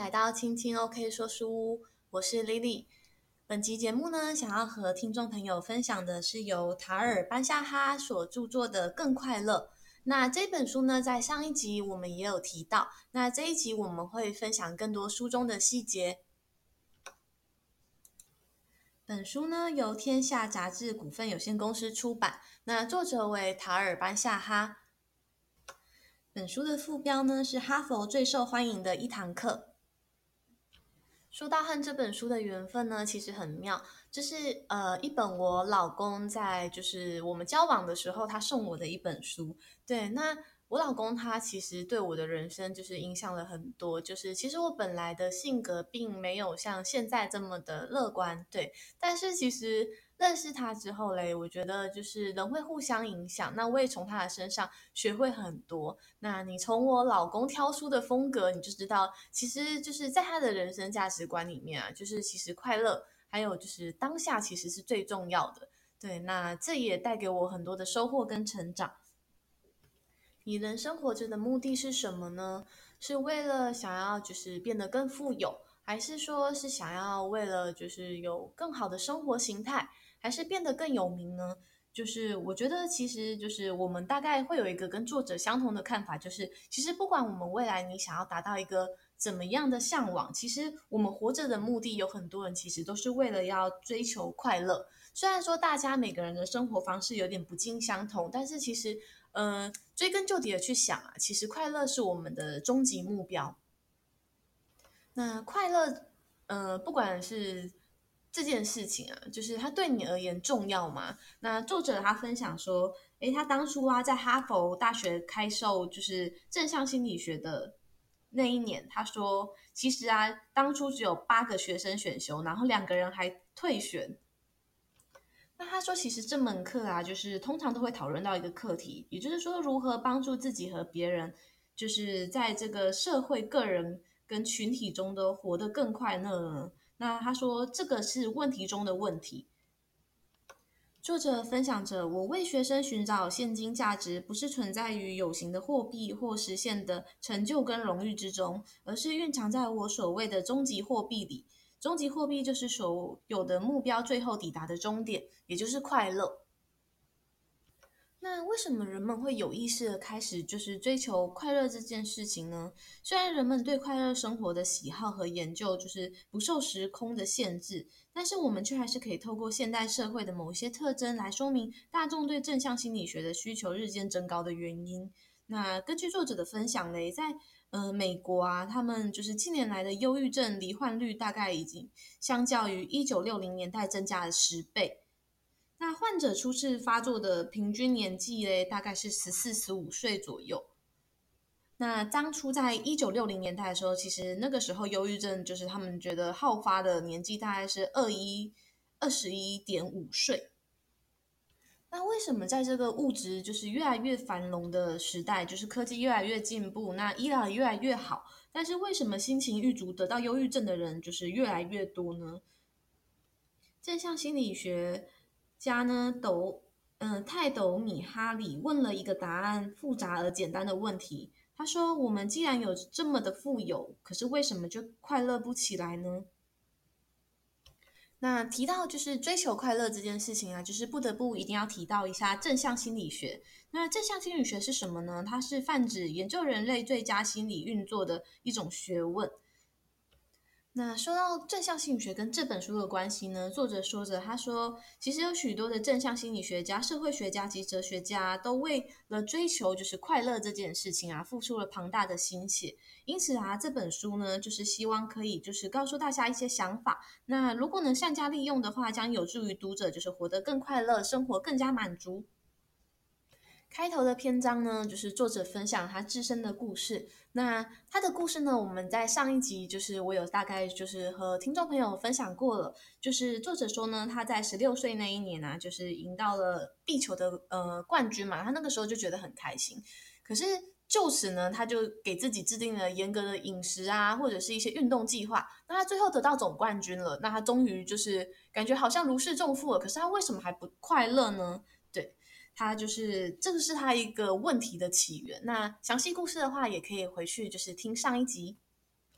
来到青青 OK 说书屋，我是 Lily。本集节目呢，想要和听众朋友分享的是由塔尔班夏哈所著作的《更快乐》。那这本书呢，在上一集我们也有提到，那这一集我们会分享更多书中的细节。本书呢由天下杂志股份有限公司出版，那作者为塔尔班夏哈。本书的副标呢是哈佛最受欢迎的一堂课。说到和这本书的缘分呢，其实很妙，就是一本我老公在就是我们交往的时候他送我的一本书。对，那我老公他其实对我的人生就是影响了很多，就是其实我本来的性格并没有像现在这么的乐观，对，但是其实认识他之后嘞，我觉得就是人会互相影响，那我也从他的身上学会很多。那你从我老公挑书的风格，你就知道，其实就是在他的人生价值观里面啊，就是其实快乐，还有就是当下其实是最重要的。对，那这也带给我很多的收获跟成长。你人生活着的目的是什么呢？是为了想要就是变得更富有，还是说是想要为了就是有更好的生活形态，还是变得更有名呢？就是我觉得其实就是我们大概会有一个跟作者相同的看法，就是其实不管我们未来你想要达到一个怎么样的向往，其实我们活着的目的有很多人其实都是为了要追求快乐。虽然说大家每个人的生活方式有点不尽相同，但是其实追根究底的去想啊，其实快乐是我们的终极目标。那快乐，不管是这件事情啊，就是它对你而言重要吗？那作者他分享说，他当初啊在哈佛大学开授就是正向心理学的那一年，他说其实啊当初只有8个学生选修，然后2个人还退选。那他说，其实这门课啊，就是通常都会讨论到一个课题，也就是说，如何帮助自己和别人，就是在这个社会、个人跟群体中都活得更快乐呢？那他说，这个是问题中的问题。作者分享着，我为学生寻找现金价值，不是存在于有形的货币或实现的成就跟荣誉之中，而是蕴藏在我所谓的终极货币里。终极货币就是所有的目标最后抵达的终点，也就是快乐。那为什么人们会有意识的开始就是追求快乐这件事情呢？虽然人们对快乐生活的喜好和研究就是不受时空的限制，但是我们却还是可以透过现代社会的某一些特征来说明大众对正向心理学的需求日渐增高的原因。那根据作者的分享嘞，在美国啊，他们就是近年来的忧郁症罹患率大概已经相较于1960年代增加了10倍。那患者初次发作的平均年纪嘞，大概是14、15岁左右。那当初在1960年代的时候，其实那个时候忧郁症就是他们觉得好发的年纪大概是21.5岁。那为什么在这个物质就是越来越繁荣的时代，就是科技越来越进步，那医疗也越来越好，但是为什么心情郁卒得到忧郁症的人就是越来越多呢？正向心理学家呢泰斗米哈里问了一个答案复杂而简单的问题。他说：“我们既然有这么的富有，可是为什么就快乐不起来呢？”那提到就是追求快乐这件事情啊，就是不得不一定要提到一下正向心理学。那正向心理学是什么呢？它是泛指研究人类最佳心理运作的一种学问。那说到正向心理学跟这本书的关系呢，作者说着，他说，其实有许多的正向心理学家、社会学家及哲学家都为了追求就是快乐这件事情啊，付出了庞大的心血。因此啊，这本书呢，就是希望可以就是告诉大家一些想法。那如果能善加利用的话，将有助于读者就是活得更快乐，生活更加满足。开头的篇章呢，就是作者分享他自身的故事。那他的故事呢，我们在上一集就是我有大概就是和听众朋友分享过了。就是作者说呢，他在16岁那一年啊，就是赢到了壁球的冠军嘛，他那个时候就觉得很开心。可是就此呢，他就给自己制定了严格的饮食啊，或者是一些运动计划。那他最后得到总冠军了，那他终于就是感觉好像如释重负了。可是他为什么还不快乐呢？对。他就是这个是他一个问题的起源。那详细故事的话，也可以回去就是听上一集。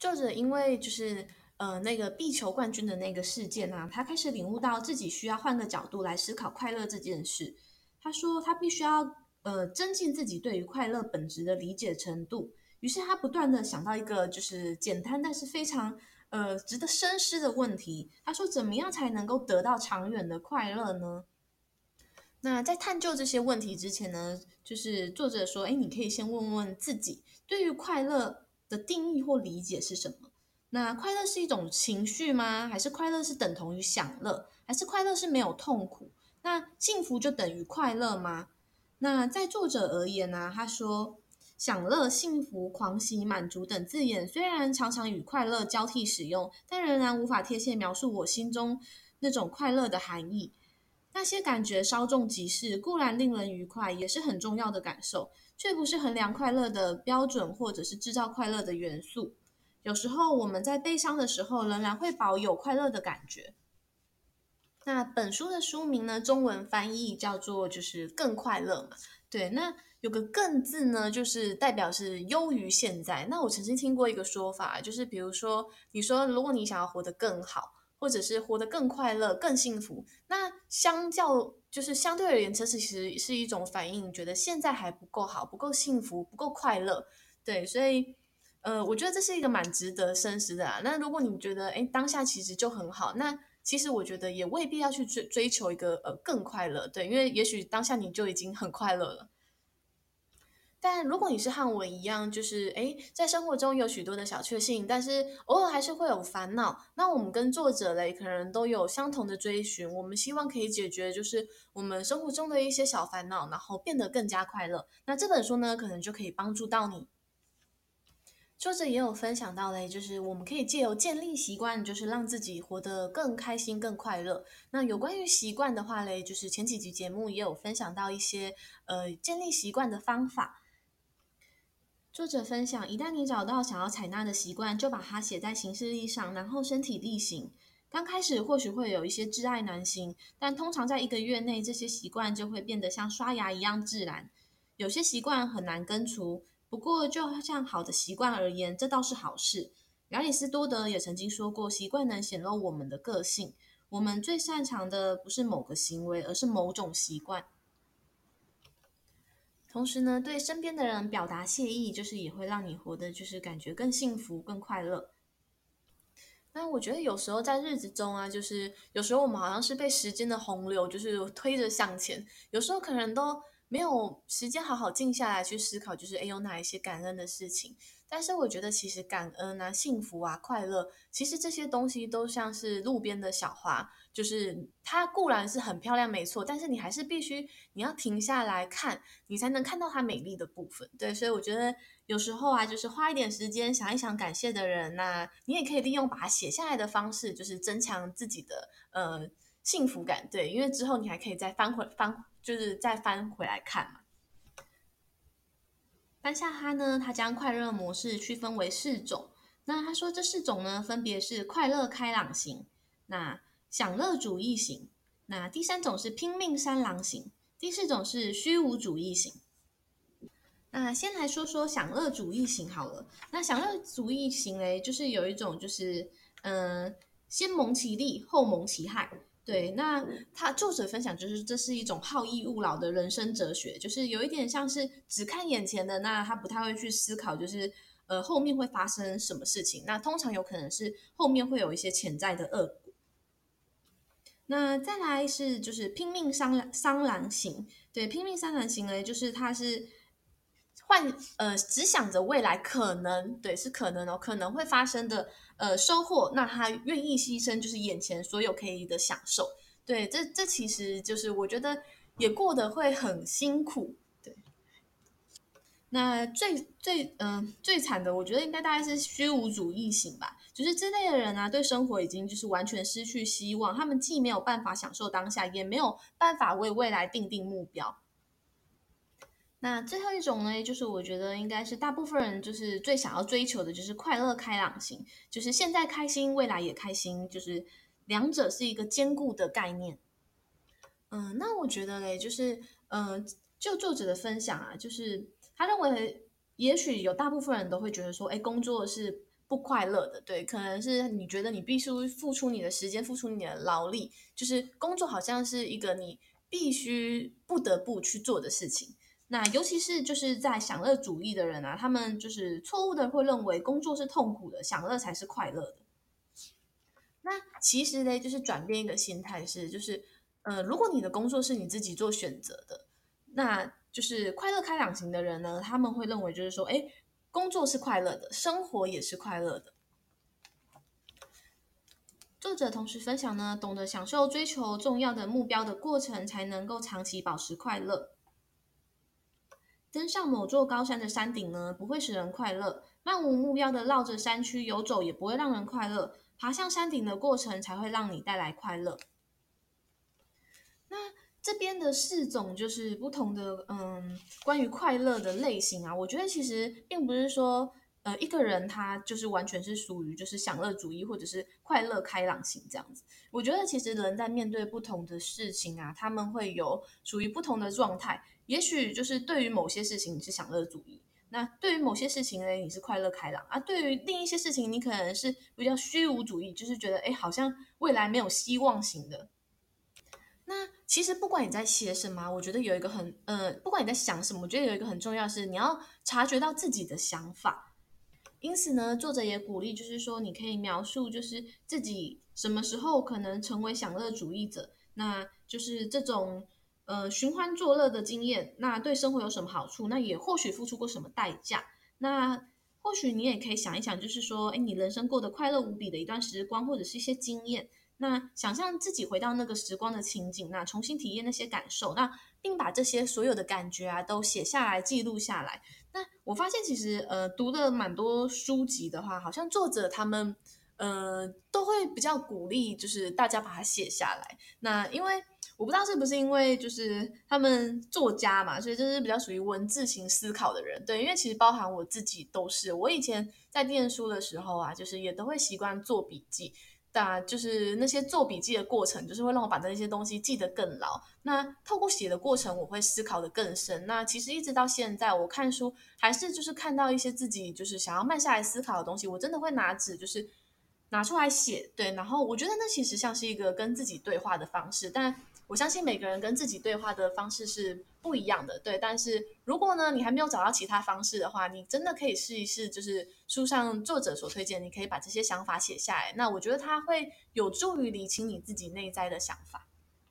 作者因为就是那个壁球冠军的那个事件啊，他开始领悟到自己需要换个角度来思考快乐这件事。他说他必须要增进自己对于快乐本质的理解程度。于是他不断的想到一个就是简单但是非常值得深思的问题。他说怎么样才能够得到长远的快乐呢？那在探究这些问题之前呢，就是作者说，你可以先问问自己，对于快乐的定义或理解是什么？那快乐是一种情绪吗？还是快乐是等同于享乐？还是快乐是没有痛苦？那幸福就等于快乐吗？那在作者而言呢，他说，享乐、幸福、狂喜、满足等字眼，虽然常常与快乐交替使用，但仍然无法贴切描述我心中那种快乐的含义。那些感觉稍纵即逝，固然令人愉快，也是很重要的感受，却不是衡量快乐的标准，或者是制造快乐的元素。有时候我们在悲伤的时候，仍然会保有快乐的感觉。那本书的书名呢，中文翻译叫做就是更快乐嘛。对，那有个更字呢，就是代表是优于现在。那我曾经听过一个说法，就是比如说，你说如果你想要活得更好，或者是活得更快乐、更幸福，那相对而言，这其实是一种反应，你觉得现在还不够好、不够幸福、不够快乐。对，所以我觉得这是一个蛮值得深思的啊。那如果你觉得，当下其实就很好，那其实我觉得也未必要去追求一个更快乐，对，因为也许当下你就已经很快乐了。但如果你是和我一样，就是在生活中有许多的小确幸，但是偶尔还是会有烦恼。那我们跟作者嘞，可能都有相同的追寻，我们希望可以解决就是我们生活中的一些小烦恼，然后变得更加快乐。那这本书呢，可能就可以帮助到你。作者也有分享到嘞，就是我们可以借由建立习惯，就是让自己活得更开心、更快乐。那有关于习惯的话嘞，就是前几集节目也有分享到一些建立习惯的方法。作者分享，一旦你找到想要采纳的习惯，就把它写在行事历上，然后身体力行。刚开始或许会有一些挚爱难行，但通常在1个月内，这些习惯就会变得像刷牙一样自然。有些习惯很难根除，不过就像好的习惯而言，这倒是好事。亚里士多德也曾经说过，习惯能显露我们的个性。我们最擅长的不是某个行为，而是某种习惯。同时呢，对身边的人表达谢意，就是也会让你活得就是感觉更幸福、更快乐。那我觉得有时候在日子中啊，就是有时候我们好像是被时间的洪流就是推着向前，有时候可能都没有时间好好静下来去思考，就是有哪一些感恩的事情。但是我觉得其实感恩啊、幸福啊、快乐，其实这些东西都像是路边的小花，就是它固然是很漂亮没错，但是你还是必须你要停下来看，你才能看到它美丽的部分。对，所以我觉得有时候啊，就是花一点时间想一想感谢的人，那你也可以利用把它写下来的方式，就是增强自己的幸福感。对，因为之后你还可以再就是再翻回来看嘛。班夏哈呢，他将快乐模式区分为4种。那他说这4种呢，分别是快乐开朗型，那享乐主义型，那第3种是拼命三郎型，第4种是虚无主义型。那先来说说享乐主义型好了。那享乐主义型嘞，就是有一种就是先蒙其利，后蒙其害。对，那他作者分享就是这是一种好逸恶劳的人生哲学，就是有一点像是只看眼前的，那他不太会去思考，就是后面会发生什么事情。那通常有可能是后面会有一些潜在的恶果。那再来是就是拼命商人型，对，拼命商人型呢，就是他是只想着未来可能对是可能可能会发生的收获，那他愿意牺牲就是眼前所有可以的享受。对，这其实就是我觉得也过得会很辛苦。对，那最惨的，我觉得应该大概是虚无主义型吧。就是这类的人啊，对生活已经就是完全失去希望，他们既没有办法享受当下，也没有办法为未来定目标。那最后一种呢，就是我觉得应该是大部分人就是最想要追求的，就是快乐开朗型，就是现在开心，未来也开心，就是两者是一个兼顾的概念。那我觉得嘞，就是就作者的分享啊，就是他认为，也许有大部分人都会觉得说，工作是不快乐的，对，可能是你觉得你必须付出你的时间，付出你的劳力，就是工作好像是一个你必须不得不去做的事情。那尤其是就是在享乐主义的人啊，他们就是错误的会认为工作是痛苦的，享乐才是快乐的。那其实呢，就是转变一个心态是，就是如果你的工作是你自己做选择的，那就是快乐开朗型的人呢，他们会认为就是说，哎，工作是快乐的，生活也是快乐的。作者同时分享呢，懂得享受追求重要的目标的过程，才能够长期保持快乐。登上某座高山的山顶呢，不会使人快乐；漫无目标的绕着山区游走，也不会让人快乐。爬向山顶的过程才会让你带来快乐。那这边的4种就是不同的关于快乐的类型啊，我觉得其实并不是说一个人他就是完全是属于就是享乐主义或者是快乐开朗型这样子。我觉得其实人在面对不同的事情啊，他们会有属于不同的状态。也许就是对于某些事情你是享乐主义，那对于某些事情呢你是快乐开朗啊，对于另一些事情你可能是比较虚无主义，就是觉得好像未来没有希望型的。那其实不管你在写什么，我觉得有一个不管你在想什么，我觉得有一个很重要的是你要察觉到自己的想法。因此呢，作者也鼓励，就是说你可以描述，就是自己什么时候可能成为享乐主义者，那就是这种寻欢作乐的经验，那对生活有什么好处？那也或许付出过什么代价？那或许你也可以想一想，就是说，哎，你人生过得快乐无比的一段时光，或者是一些经验。那想象自己回到那个时光的情景，那重新体验那些感受，那并把这些所有的感觉啊都写下来、记录下来。那我发现其实读了蛮多书籍的话，好像作者他们都会比较鼓励，就是大家把它写下来。那因为我不知道是不是因为就是他们作家嘛，所以就是比较属于文字型思考的人。对，因为其实包含我自己都是，我以前在念书的时候啊，就是也都会习惯做笔记。就是那些做笔记的过程，就是会让我把那些东西记得更牢。那透过写的过程，我会思考的更深。那其实一直到现在，我看书还是就是看到一些自己就是想要慢下来思考的东西，我真的会拿纸就是拿出来写。对，然后我觉得那其实像是一个跟自己对话的方式，但我相信每个人跟自己对话的方式是不一样的，对。但是如果呢，你还没有找到其他方式的话，你真的可以试一试，就是书上作者所推荐，你可以把这些想法写下来。那我觉得它会有助于理清你自己内在的想法。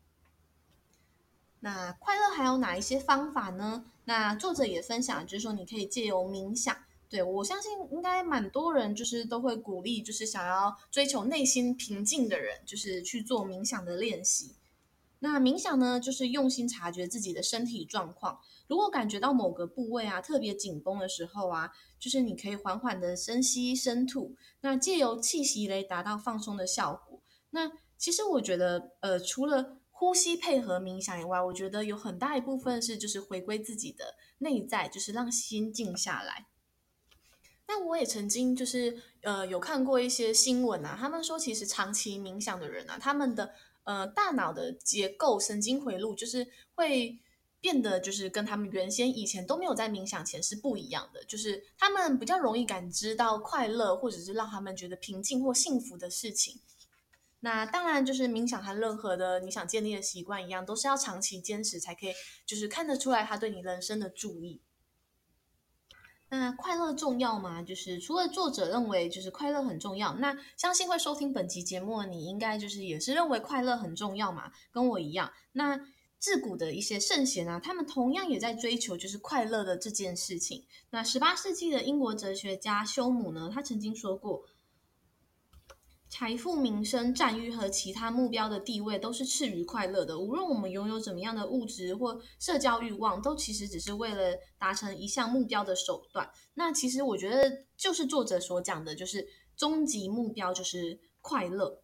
那快乐还有哪一些方法呢？那作者也分享，就是说你可以借由冥想。对，我相信应该蛮多人就是都会鼓励，就是想要追求内心平静的人，就是去做冥想的练习。那冥想呢，就是用心察觉自己的身体状况。如果感觉到某个部位啊特别紧绷的时候啊，就是你可以缓缓的深吸深吐，那借由气息来达到放松的效果。那其实我觉得，除了呼吸配合冥想以外，我觉得有很大一部分是就是回归自己的内在，就是让心静下来。那我也曾经就是有看过一些新闻啊，他们说其实长期冥想的人啊，他们的大脑的结构、神经回路就是会变得就是跟他们原先以前都没有在冥想前是不一样的，就是他们比较容易感知到快乐，或者是让他们觉得平静或幸福的事情。那当然，就是冥想和任何的你想建立的习惯一样，都是要长期坚持才可以，就是看得出来他对你人生的注意。那快乐重要吗？就是除了作者认为就是快乐很重要，那相信会收听本集节目的你应该就是也是认为快乐很重要嘛，跟我一样。那自古的一些圣贤啊，他们同样也在追求就是快乐的这件事情。那18世纪的英国哲学家休姆呢，他曾经说过，财富、名声、赞誉和其他目标的地位都是次于快乐的。无论我们拥有怎么样的物质或社交欲望，都其实只是为了达成一项目标的手段。那其实我觉得，就是作者所讲的，就是终极目标就是快乐。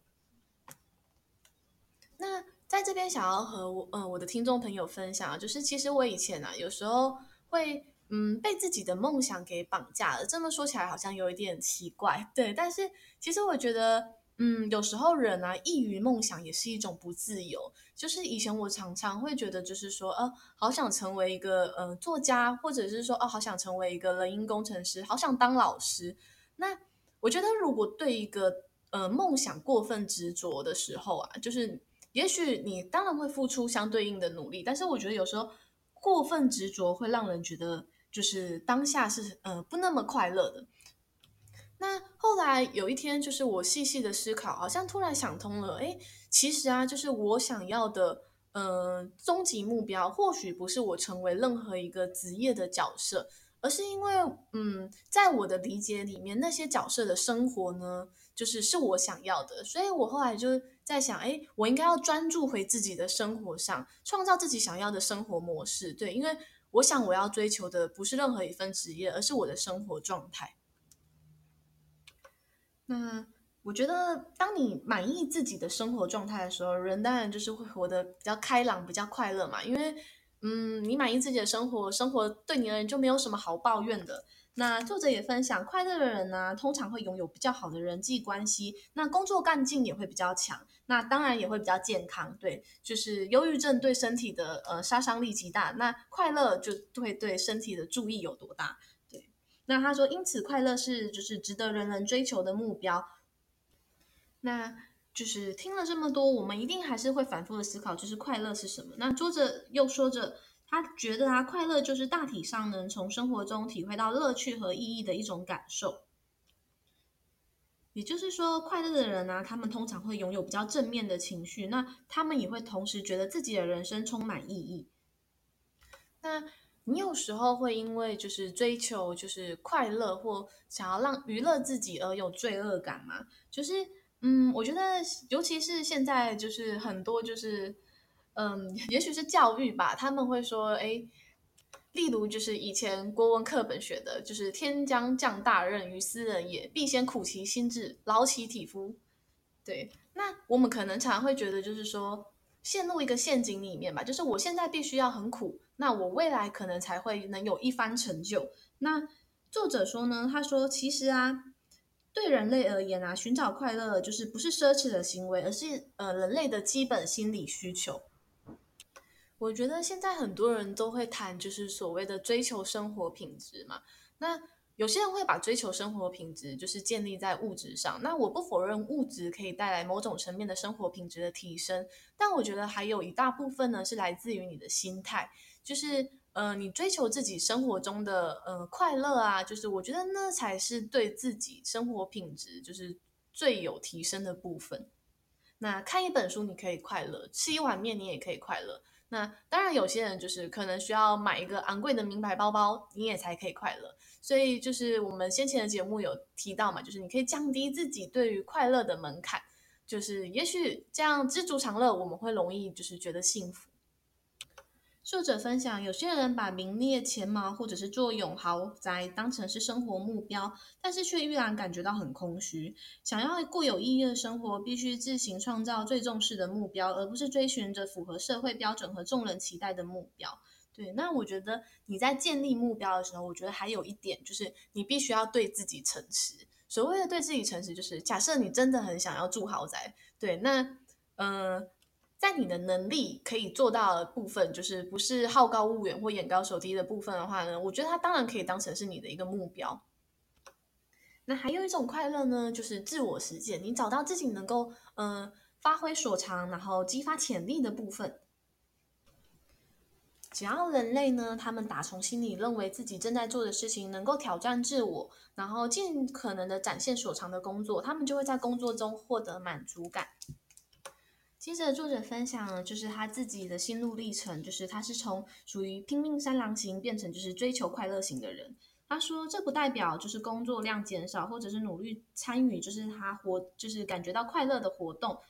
那在这边想要和我的听众朋友分享，就是其实我以前啊，有时候会被自己的梦想给绑架了。这么说起来好像有一点奇怪，对，但是其实我觉得。有时候人啊，异于梦想也是一种不自由。就是以前我常常会觉得，就是说，好想成为一个作家，或者是说，好想成为一个人因工程师，好想当老师。那我觉得如果对一个梦想过分执着的时候啊，就是也许你当然会付出相对应的努力，但是我觉得有时候过分执着会让人觉得就是当下是不那么快乐的。那后来有一天，就是我细细的思考，好像突然想通了，诶，其实啊，就是我想要的，终极目标，或许不是我成为任何一个职业的角色，而是因为，在我的理解里面，那些角色的生活呢，是我想要的，所以我后来就在想，诶，我应该要专注回自己的生活上，创造自己想要的生活模式，对，因为我想我要追求的不是任何一份职业，而是我的生活状态。那我觉得，当你满意自己的生活状态的时候，人当然就是会活得比较开朗、比较快乐嘛。因为，你满意自己的生活，生活对你而言就没有什么好抱怨的。那作者也分享，快乐的人呢，通常会拥有比较好的人际关系，那工作干劲也会比较强，那当然也会比较健康。对，就是忧郁症对身体的杀伤力极大，那快乐就会对身体的注意有多大。对。那他说，因此快乐是值得人人追求的目标。那就是听了这么多，我们一定还是会反复的思考，就是快乐是什么。那作者又说着，他觉得快乐就是大体上能从生活中体会到乐趣和意义的一种感受。也就是说，快乐的人呢，他们通常会拥有比较正面的情绪，那他们也会同时觉得自己的人生充满意义。那你有时候会因为追求快乐或想要让娱乐自己而有罪恶感吗？我觉得尤其是现在很多也许是教育吧，他们会说，诶，例如以前国文课本学的，天将降大任于斯人也，必先苦其心志，劳其体肤。对，那我们可能常常会觉得，说陷入一个陷阱里面吧，就是我现在必须要很苦，那我未来可能才会能有一番成就。那作者说呢，他说其实啊，对人类而言啊，寻找快乐不是奢侈的行为，而是人类的基本心理需求。我觉得现在很多人都会谈，所谓的追求生活品质嘛。那有些人会把追求生活品质建立在物质上。那我不否认物质可以带来某种层面的生活品质的提升，但我觉得还有一大部分呢是来自于你的心态，你追求自己生活中的快乐啊，我觉得那才是对自己生活品质最有提升的部分。那看一本书你可以快乐，吃一碗面你也可以快乐。那当然，有些人可能需要买一个昂贵的名牌包包，你也才可以快乐。所以我们先前的节目有提到嘛，你可以降低自己对于快乐的门槛，也许这样知足常乐，我们会容易觉得幸福。作者分享，有些人把名列前茅或者是坐拥豪宅当成是生活目标，但是却依然感觉到很空虚。想要过有意义的生活，必须自行创造最重视的目标，而不是追寻着符合社会标准和众人期待的目标。对，那我觉得你在建立目标的时候，我觉得还有一点你必须要对自己诚实。所谓的对自己诚实，假设你真的很想要住豪宅，对，那在你的能力可以做到的部分，不是好高骛远或眼高手低的部分的话呢，我觉得它当然可以当成是你的一个目标。那还有一种快乐呢，就是自我实践，你找到自己能够发挥所长，然后激发潜力的部分。只要人类呢，他们打从心里认为自己正在做的事情能够挑战自我，然后尽可能的展现所长的工作，他们就会在工作中获得满足感。接着作者分享了他自己的心路历程，他是从属于拼命三郎型变成追求快乐型的人。他说这不代表工作量减少，或者是努力参与他感觉到快乐的活动，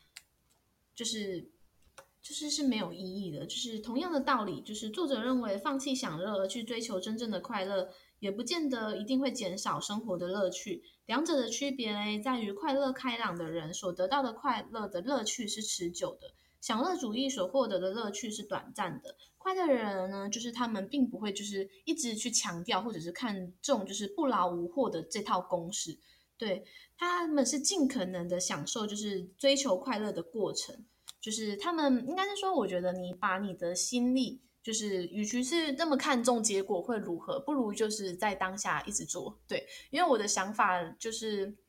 是没有意义的。同样的道理，作者认为放弃享乐而去追求真正的快乐，也不见得一定会减少生活的乐趣。两者的区别呢，在于快乐开朗的人所得到的快乐的乐趣是持久的，享乐主义所获得的乐趣是短暂的。快乐的人呢，他们并不会一直去强调或者是看重不劳无获的这套公式。对，他们是尽可能的享受追求快乐的过程。他们应该是说，我觉得你把你的心力，与其是那么看重结果会如何，不如在当下一直做。对，因为我的想法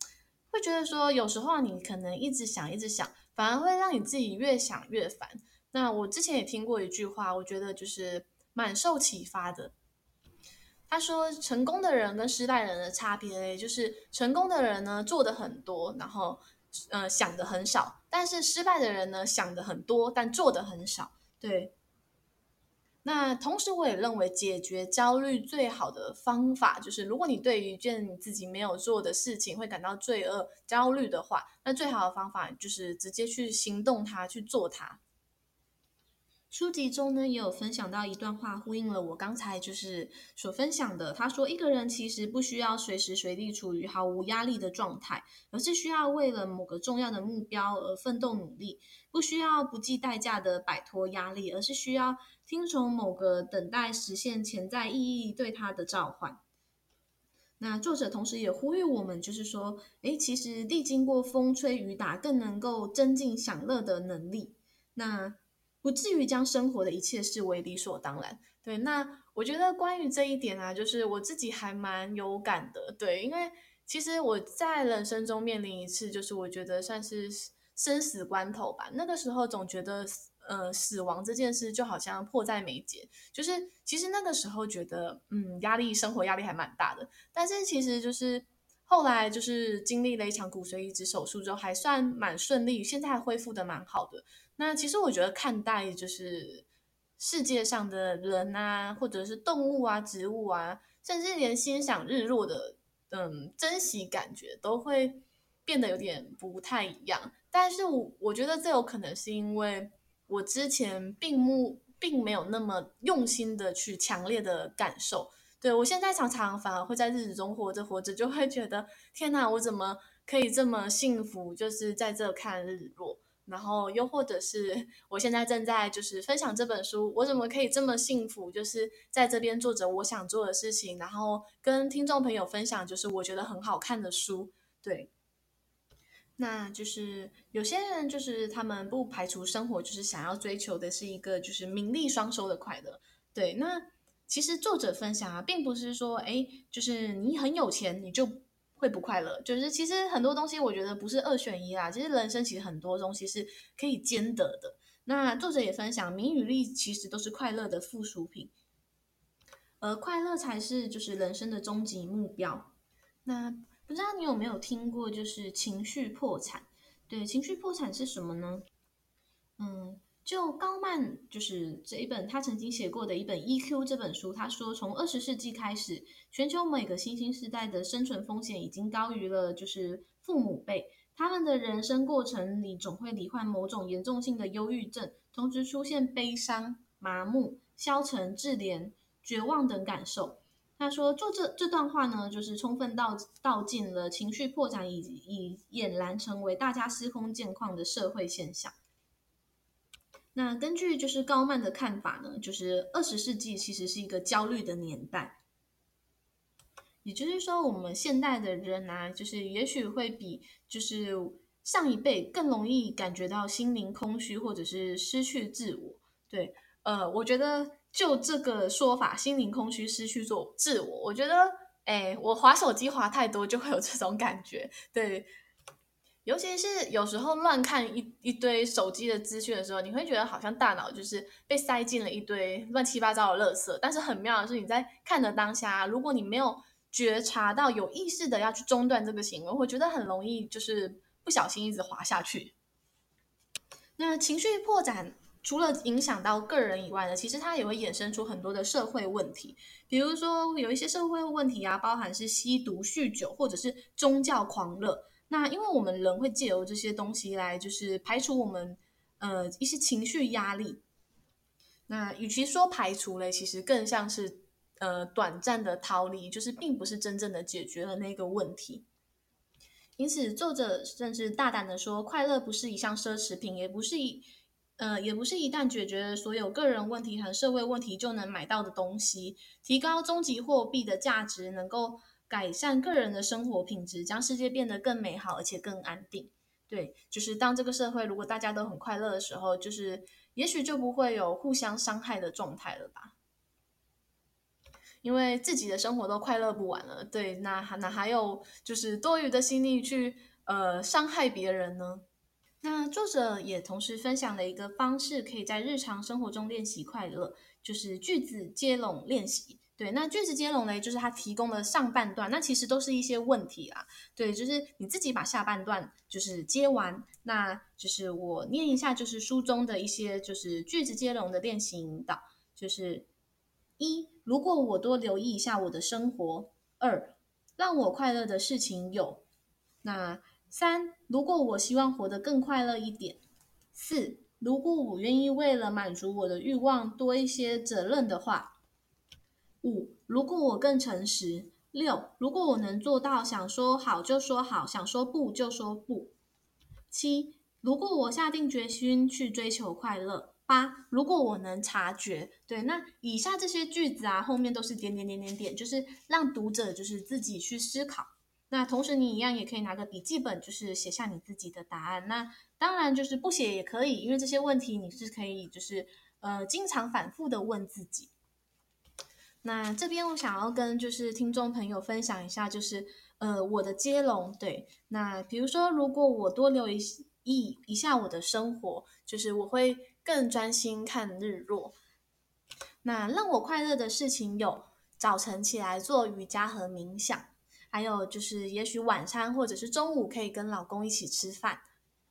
会觉得说有时候你可能一直想一直想，反而会让你自己越想越烦。那我之前也听过一句话，我觉得就是蛮受启发的。他说，成功的人跟失败人的差别嘞，就是成功的人呢做的很多，然后想的很少，但是失败的人呢想的很多，但做的很少。对，那同时我也认为解决焦虑最好的方法，就是如果你对于一件你自己没有做的事情会感到罪恶、焦虑的话，那最好的方法就是直接去行动它，去做它。书籍中呢，也有分享到一段话，呼应了我刚才就是所分享的。他说，一个人其实不需要随时随地处于毫无压力的状态，而是需要为了某个重要的目标而奋斗努力，不需要不计代价的摆脱压力，而是需要听从某个等待实现潜在意义对他的召唤。那作者同时也呼吁我们，就是说，其实历经过风吹雨打，更能够增进享乐的能力。那不至于将生活的一切视为理所当然。对，那我觉得关于这一点啊，就是我自己还蛮有感的。对，因为其实我在人生中面临一次，就是我觉得算是生死关头吧。那个时候总觉得，死亡这件事就好像迫在眉睫。就是其实那个时候觉得，生活压力还蛮大的。但是其实就是后来就是经历了一场骨髓移植手术之后，还算蛮顺利，现在恢复的蛮好的。那其实我觉得看待就是世界上的人啊，或者是动物啊、植物啊，甚至连欣赏日落的珍惜感觉，都会变得有点不太一样。但是我觉得这有可能是因为我之前并没有那么用心的去强烈的感受。对，我现在常常反而会在日子中活着活着，就会觉得天哪，我怎么可以这么幸福？就是在这看日落。然后又或者是我现在正在就是分享这本书，我怎么可以这么幸福？就是在这边做着我想做的事情，然后跟听众朋友分享，就是我觉得很好看的书。对，那就是有些人就是他们不排除生活，就是想要追求的是一个就是名利双收的快乐。对，那其实作者分享啊，并不是说就是你很有钱你就会不快乐，就是其实很多东西我觉得不是二选一啦，其实人生其实很多东西是可以兼得的。那作者也分享，名与利其实都是快乐的附属品，而快乐才是就是人生的终极目标。那不知道你有没有听过，就是情绪破产？对，情绪破产是什么呢？就高曼就是这一本他曾经写过的一本《EQ》这本书，他说从20世纪开始，全球每个新兴世代的生存风险已经高于了就是父母辈，他们的人生过程里总会罹患某种严重性的忧郁症，同时出现悲伤、麻木、消沉、自怜、绝望等感受。他说，做这段话呢，就是充分道尽了情绪破产已俨然成为大家司空见惯的社会现象。那根据就是高曼的看法呢，就是20世纪其实是一个焦虑的年代，也就是说，我们现代的人啊，就是也许会比就是上一辈更容易感觉到心灵空虚或者是失去自我。对，我觉得就这个说法，心灵空虚、失去自我，我觉得，我滑手机滑太多就会有这种感觉。对，尤其是有时候乱看一堆手机的资讯的时候，你会觉得好像大脑就是被塞进了一堆乱七八糟的垃圾。但是很妙的是，你在看的当下，如果你没有觉察到有意识的要去中断这个行为，我觉得很容易就是不小心一直滑下去。那情绪破展除了影响到个人以外呢，其实它也会衍生出很多的社会问题，比如说有一些社会问题啊，包含是吸毒、酗酒或者是宗教狂热。那因为我们人会借由这些东西来，就是排除我们一些情绪压力。那与其说排除嘞，其实更像是短暂的逃离，就是并不是真正的解决了那个问题。因此，作者甚至大胆的说，快乐不是一项奢侈品，也不是一旦解决了所有个人问题和社会问题就能买到的东西。提高终极货币的价值，能够改善个人的生活品质，将世界变得更美好而且更安定。对，就是当这个社会如果大家都很快乐的时候，就是也许就不会有互相伤害的状态了吧。因为自己的生活都快乐不完了，对，那还有就是多余的心力去伤害别人呢？那作者也同时分享了一个方式，可以在日常生活中练习快乐，就是句子接龙练习。对，那句子接龙呢，就是他提供了上半段，那其实都是一些问题啦。对，就是你自己把下半段就是接完，那就是我念一下，就是书中的一些就是句子接龙的练习引导，就是一，如果我多留意一下我的生活；二，让我快乐的事情有。那三，如果我希望活得更快乐一点；四，如果我愿意为了满足我的欲望多一些责任的话；五，如果我更诚实；六，如果我能做到想说好就说好，想说不就说不；七，如果我下定决心去追求快乐；八，如果我能察觉。对，那以下这些句子啊，后面都是点点点点点，就是让读者就是自己去思考。那同时你一样也可以拿个笔记本，就是写下你自己的答案。那当然就是不写也可以，因为这些问题你是可以就是经常反复的问自己。那这边我想要跟就是听众朋友分享一下，就是我的接龙。对，那比如说如果我多留意一下我的生活，就是我会更专心看日落。那让我快乐的事情有早晨起来做瑜伽和冥想，还有就是也许晚餐或者是中午可以跟老公一起吃饭。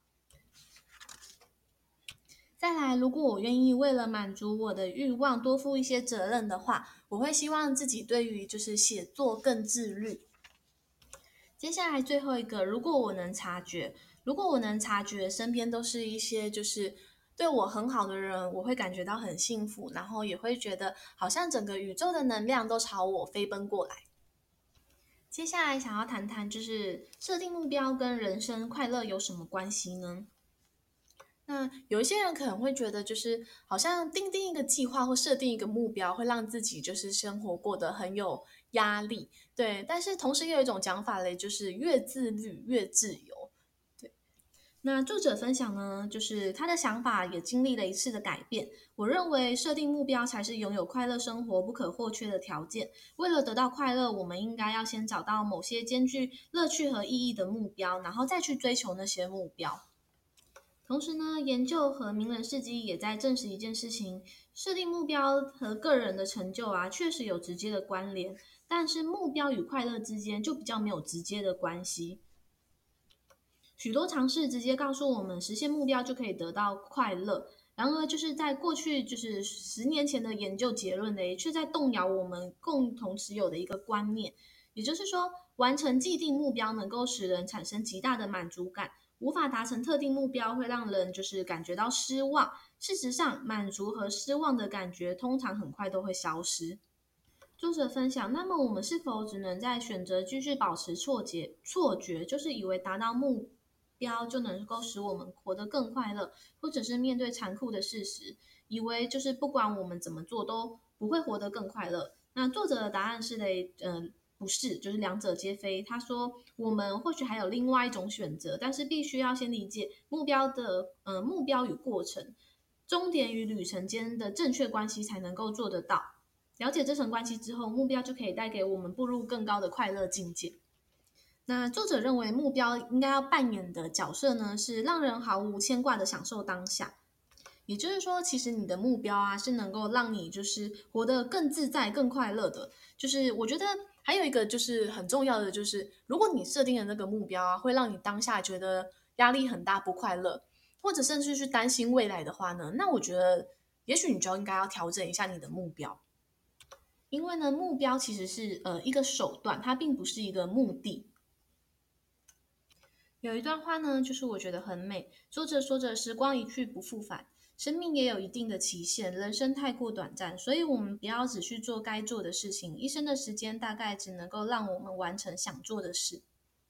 再来，如果我愿意为了满足我的欲望多负一些责任的话，我会希望自己对于就是写作更自律。接下来最后一个，如果我能察觉，如果我能察觉身边都是一些就是对我很好的人，我会感觉到很幸福，然后也会觉得好像整个宇宙的能量都朝我飞奔过来。接下来想要谈谈就是设定目标跟人生快乐有什么关系呢？那有一些人可能会觉得，就是好像定一个计划或设定一个目标，会让自己就是生活过得很有压力，对。但是同时也有一种讲法嘞，就是越自律越自由，对。那作者分享呢，就是他的想法也经历了一次的改变。我认为设定目标才是拥有快乐生活不可或缺的条件。为了得到快乐，我们应该要先找到某些兼具乐趣和意义的目标，然后再去追求那些目标。同时呢，研究和名人事迹也在证实一件事情：设定目标和个人的成就啊，确实有直接的关联，但是目标与快乐之间就比较没有直接的关系。许多尝试直接告诉我们，实现目标就可以得到快乐。然而，就是在过去就是10年前的研究结论呢，却在动摇我们共同持有的一个观念。也就是说，完成既定目标能够使人产生极大的满足感，无法达成特定目标会让人就是感觉到失望。事实上，满足和失望的感觉通常很快都会消失。作者分享，那么我们是否只能在选择继续保持错觉，就是以为达到目标就能够使我们活得更快乐，或者是面对残酷的事实，以为就是不管我们怎么做都不会活得更快乐？那作者的答案是不是，就是两者皆非。他说，我们或许还有另外一种选择，但是必须要先理解目标与过程，终点与旅程间的正确关系，才能够做得到。了解这层关系之后，目标就可以带给我们步入更高的快乐境界。那作者认为，目标应该要扮演的角色呢，是让人毫无牵挂的享受当下。也就是说，其实你的目标啊，是能够让你就是活得更自在、更快乐的。就是我觉得还有一个就是很重要的，就是如果你设定的那个目标啊，会让你当下觉得压力很大、不快乐，或者甚至是担心未来的话呢，那我觉得也许你就应该要调整一下你的目标。因为呢，目标其实是一个手段，它并不是一个目的。有一段话呢，就是我觉得很美，说着说着，时光一去不复返，生命也有一定的期限，人生太过短暂，所以我们不要只去做该做的事情，一生的时间大概只能够让我们完成想做的事。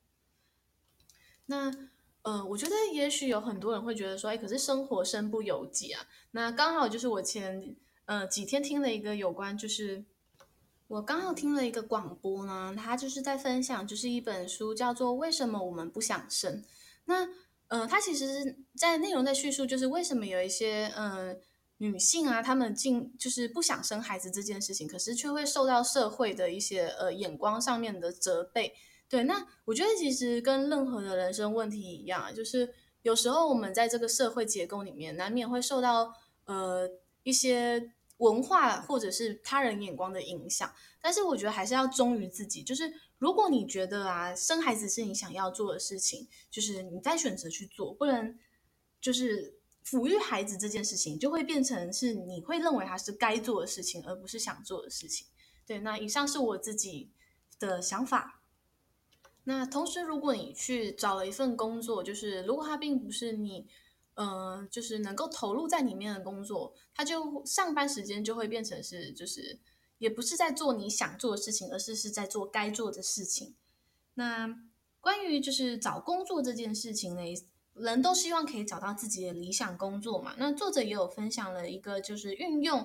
那我觉得也许有很多人会觉得说，哎，可是生活身不由己啊。那刚好就是我前几天听了一个有关就是我刚好听了一个广播呢，他就是在分享，就是一本书叫做《为什么我们不想生》。那他其实在内容在叙述，就是为什么有一些女性啊，她们就是不想生孩子这件事情，可是却会受到社会的一些眼光上面的责备。 对，那我觉得其实跟任何的人生问题一样，就是有时候我们在这个社会结构里面，难免会受到一些文化或者是他人眼光的影响。但是我觉得还是要忠于自己，就是如果你觉得啊，生孩子是你想要做的事情，就是你再选择去做，不然就是抚育孩子这件事情就会变成是你会认为它是该做的事情，而不是想做的事情。对，那以上是我自己的想法。那同时，如果你去找了一份工作，就是如果它并不是你，就是能够投入在里面的工作，它就上班时间就会变成是，就是也不是在做你想做的事情，而是在做该做的事情。那关于就是找工作这件事情呢，人都希望可以找到自己的理想工作嘛。那作者也有分享了一个，就是运用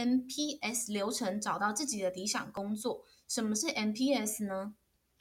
MPS 流程找到自己的理想工作。什么是 MPS 呢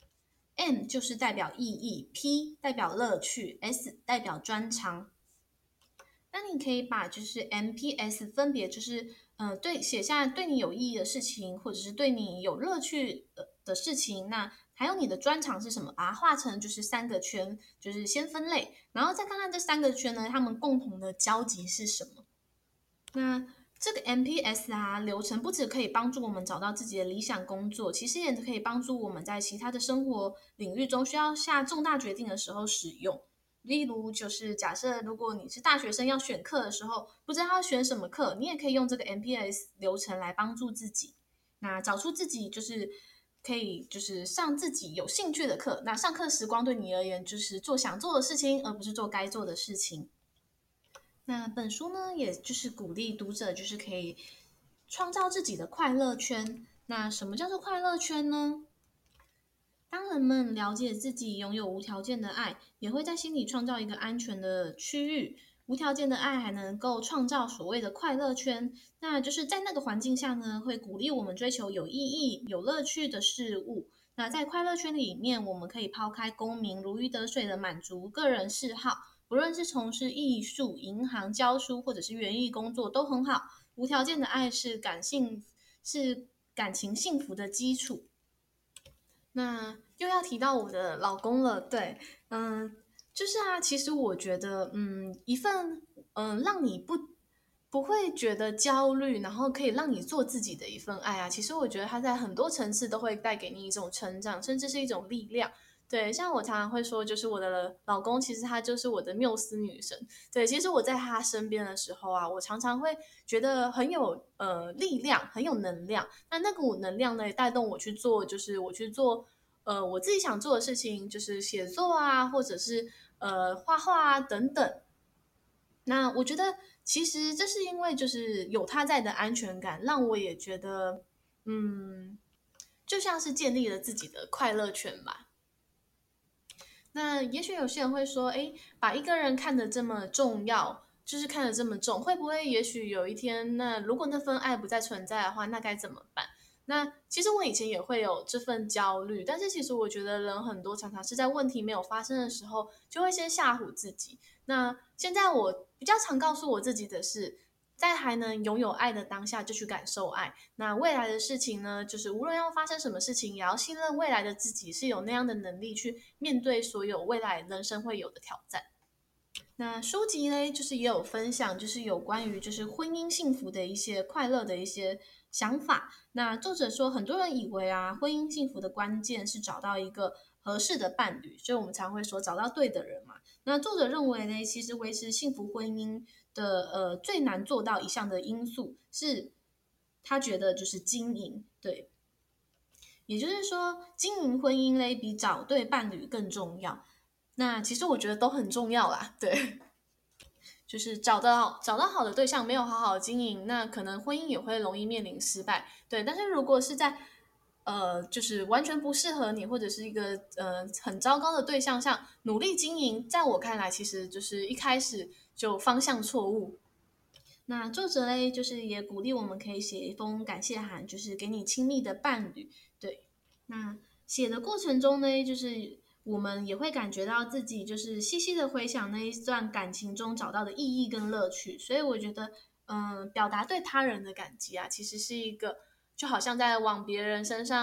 ？M 就是代表意义，P 代表乐趣，S 代表专长。那你可以把就是 MPS 分别就是对写下对你有意义的事情，或者是对你有乐趣的事情。那还有你的专长是什么？把它画成就是3个圈，就是先分类，然后再看看这3个圈呢，它们共同的交集是什么。那这个 MPS 啊流程不只可以帮助我们找到自己的理想工作，其实也可以帮助我们在其他的生活领域中需要下重大决定的时候使用。例如，就是假设如果你是大学生要选课的时候，不知道要选什么课，你也可以用这个 MPS 流程来帮助自己。那找出自己就是可以就是上自己有兴趣的课，那上课时光对你而言就是做想做的事情，而不是做该做的事情。那本书呢，也就是鼓励读者，就是可以创造自己的快乐圈。那什么叫做快乐圈呢？当人们了解自己拥有无条件的爱，也会在心里创造一个安全的区域。无条件的爱还能够创造所谓的快乐圈，那就是在那个环境下呢，会鼓励我们追求有意义、有乐趣的事物。那在快乐圈里面，我们可以抛开功名，如鱼得水的满足个人嗜好，不论是从事艺术、银行、教书，或者是园艺工作都很好。无条件的爱是感情幸福的基础。那又要提到我的老公了，对，就是啊，其实我觉得，一份让你不会觉得焦虑，然后可以让你做自己的一份爱啊，其实我觉得它在很多层次都会带给你一种成长，甚至是一种力量。对，像我常常会说，就是我的老公，其实他就是我的缪斯女神。对，其实我在他身边的时候啊，我常常会觉得很有力量，很有能量。那股能量呢，带动我去做，就是我去做我自己想做的事情，就是写作啊，或者是画画啊等等。那我觉得其实这是因为就是有他在的安全感，让我也觉得就像是建立了自己的快乐圈吧。那也许有些人会说，诶，把一个人看得这么重要，就是看得这么重，会不会也许有一天，那如果那份爱不再存在的话，那该怎么办？那其实我以前也会有这份焦虑，但是其实我觉得人很多常常是在问题没有发生的时候，就会先吓唬自己。那现在我比较常告诉我自己的是，在还能拥有爱的当下，就去感受爱。那未来的事情呢，就是无论要发生什么事情，也要信任未来的自己是有那样的能力去面对所有未来人生会有的挑战。那书籍呢，就是也有分享，就是有关于就是婚姻幸福的一些快乐的一些想法。那作者说，很多人以为啊，婚姻幸福的关键是找到一个合适的伴侣，所以我们常会说找到对的人嘛。那作者认为呢，其实维持幸福婚姻的最难做到一项的因素是，他觉得就是经营，对，也就是说，经营婚姻嘞比找对伴侣更重要。那其实我觉得都很重要啦，对。就是找到好的对象，没有好好经营，那可能婚姻也会容易面临失败。对，但是如果是在就是完全不适合你，或者是一个很糟糕的对象上努力经营，在我看来，其实就是一开始就方向错误。那作者嘞，就是也鼓励我们可以写一封感谢函，就是给你亲密的伴侣。对，那写的过程中呢，就是我们也会感觉到自己就是细细的回想那一段感情中找到的意义跟乐趣。所以我觉得，表达对他人的感激啊，其实是一个就好像在往别人身上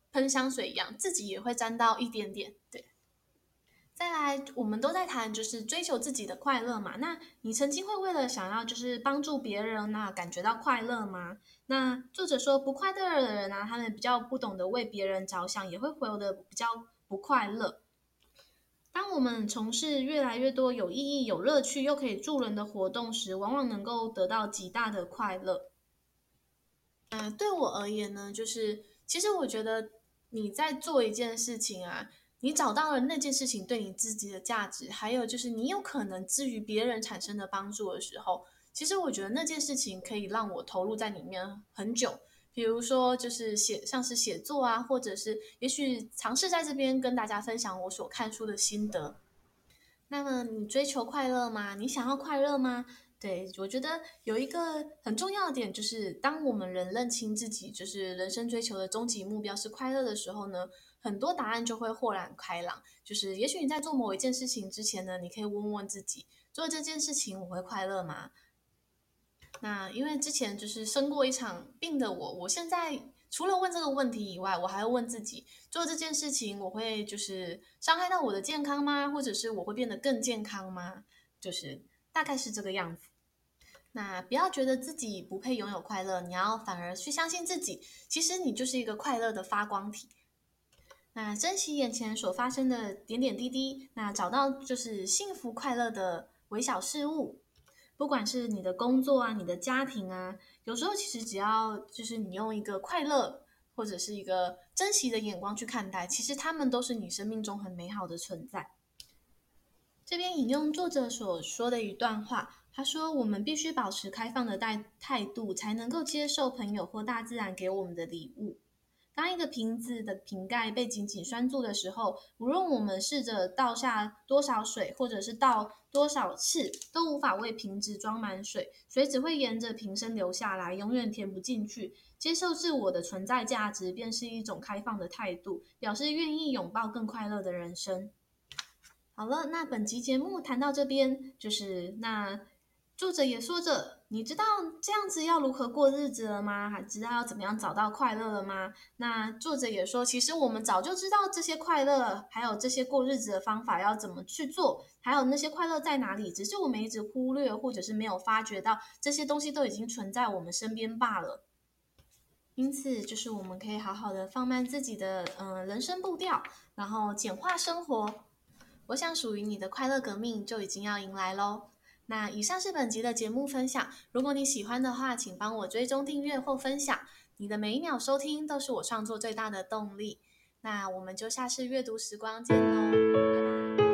喷香水一样，自己也会沾到一点点。对，再来，我们都在谈就是追求自己的快乐嘛。那你曾经会为了想要就是帮助别人感觉到快乐吗？那作者说，不快乐的人他们比较不懂得为别人着想，也会活得比较不快乐。当我们从事越来越多有意义、有乐趣又可以助人的活动时，往往能够得到极大的快乐。对我而言呢，就是其实我觉得你在做一件事情你找到了那件事情对你自己的价值，还有就是你有可能至于别人产生的帮助的时候，其实我觉得那件事情可以让我投入在里面很久。比如说，就是像是写作或者是也许尝试在这边跟大家分享我所看书的心得。那么你追求快乐吗？你想要快乐吗？对，我觉得有一个很重要的点，就是当我们认清自己就是人生追求的终极目标是快乐的时候呢，很多答案就会豁然开朗。就是也许你在做某一件事情之前呢，你可以问问自己，做这件事情我会快乐吗？那因为之前就是生过一场病的我现在除了问这个问题以外，我还会问自己，做这件事情我会就是伤害到我的健康吗？或者是我会变得更健康吗？就是大概是这个样子。那不要觉得自己不配拥有快乐，你要反而去相信自己，其实你就是一个快乐的发光体。那珍惜眼前所发生的点点滴滴，那找到就是幸福快乐的微小事物，不管是你的工作你的家庭有时候其实只要就是你用一个快乐或者是一个珍惜的眼光去看待，其实他们都是你生命中很美好的存在。这边引用作者所说的一段话，他说：“我们必须保持开放的态度，才能够接受朋友或大自然给我们的礼物。当一个瓶子的瓶盖被紧紧拴住的时候，无论我们试着倒下多少水，或者是倒多少次，都无法为瓶子装满水，水只会沿着瓶身流下来，永远填不进去。接受自我的存在价值，便是一种开放的态度，表示愿意拥抱更快乐的人生。”好了，那本集节目谈到这边，就是那作者也说着，你知道这样子要如何过日子了吗？还知道要怎么样找到快乐了吗？那作者也说，其实我们早就知道这些快乐，还有这些过日子的方法要怎么去做，还有那些快乐在哪里，只是我们一直忽略，或者是没有发觉到这些东西都已经存在我们身边罢了。因此，就是我们可以好好的放慢自己的人生步调，然后简化生活。我想属于你的快乐革命就已经要迎来咯。那以上是本集的节目分享，如果你喜欢的话，请帮我追踪订阅或分享，你的每一秒收听都是我创作最大的动力。那我们就下次阅读时光见咯，拜拜。